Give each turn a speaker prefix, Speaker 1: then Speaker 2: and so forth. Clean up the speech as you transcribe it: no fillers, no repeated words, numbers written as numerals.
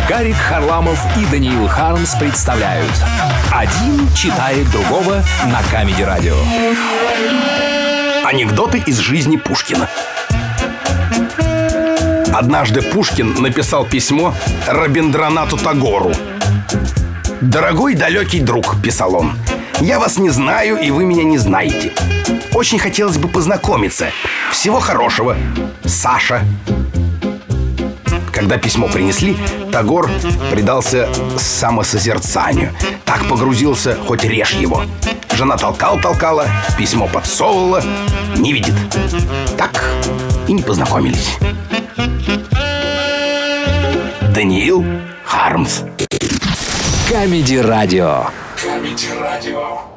Speaker 1: Гарик Харламов и Даниил Хармс представляют. Один читает другого на Камеди Радио.
Speaker 2: Анекдоты из жизни Пушкина. Однажды Пушкин написал письмо Рабиндранату Тагору. «Дорогой далекий друг», — писал он, — «я вас не знаю, и вы меня не знаете. Очень хотелось бы познакомиться. Всего хорошего. Саша». Когда письмо принесли, Тагор предался самосозерцанию. Так погрузился, хоть режь его. Жена толкала, письмо подсовывала, не видит. Так и не познакомились. Даниил Хармс.
Speaker 1: Камеди Радио.
Speaker 3: Камеди Радио.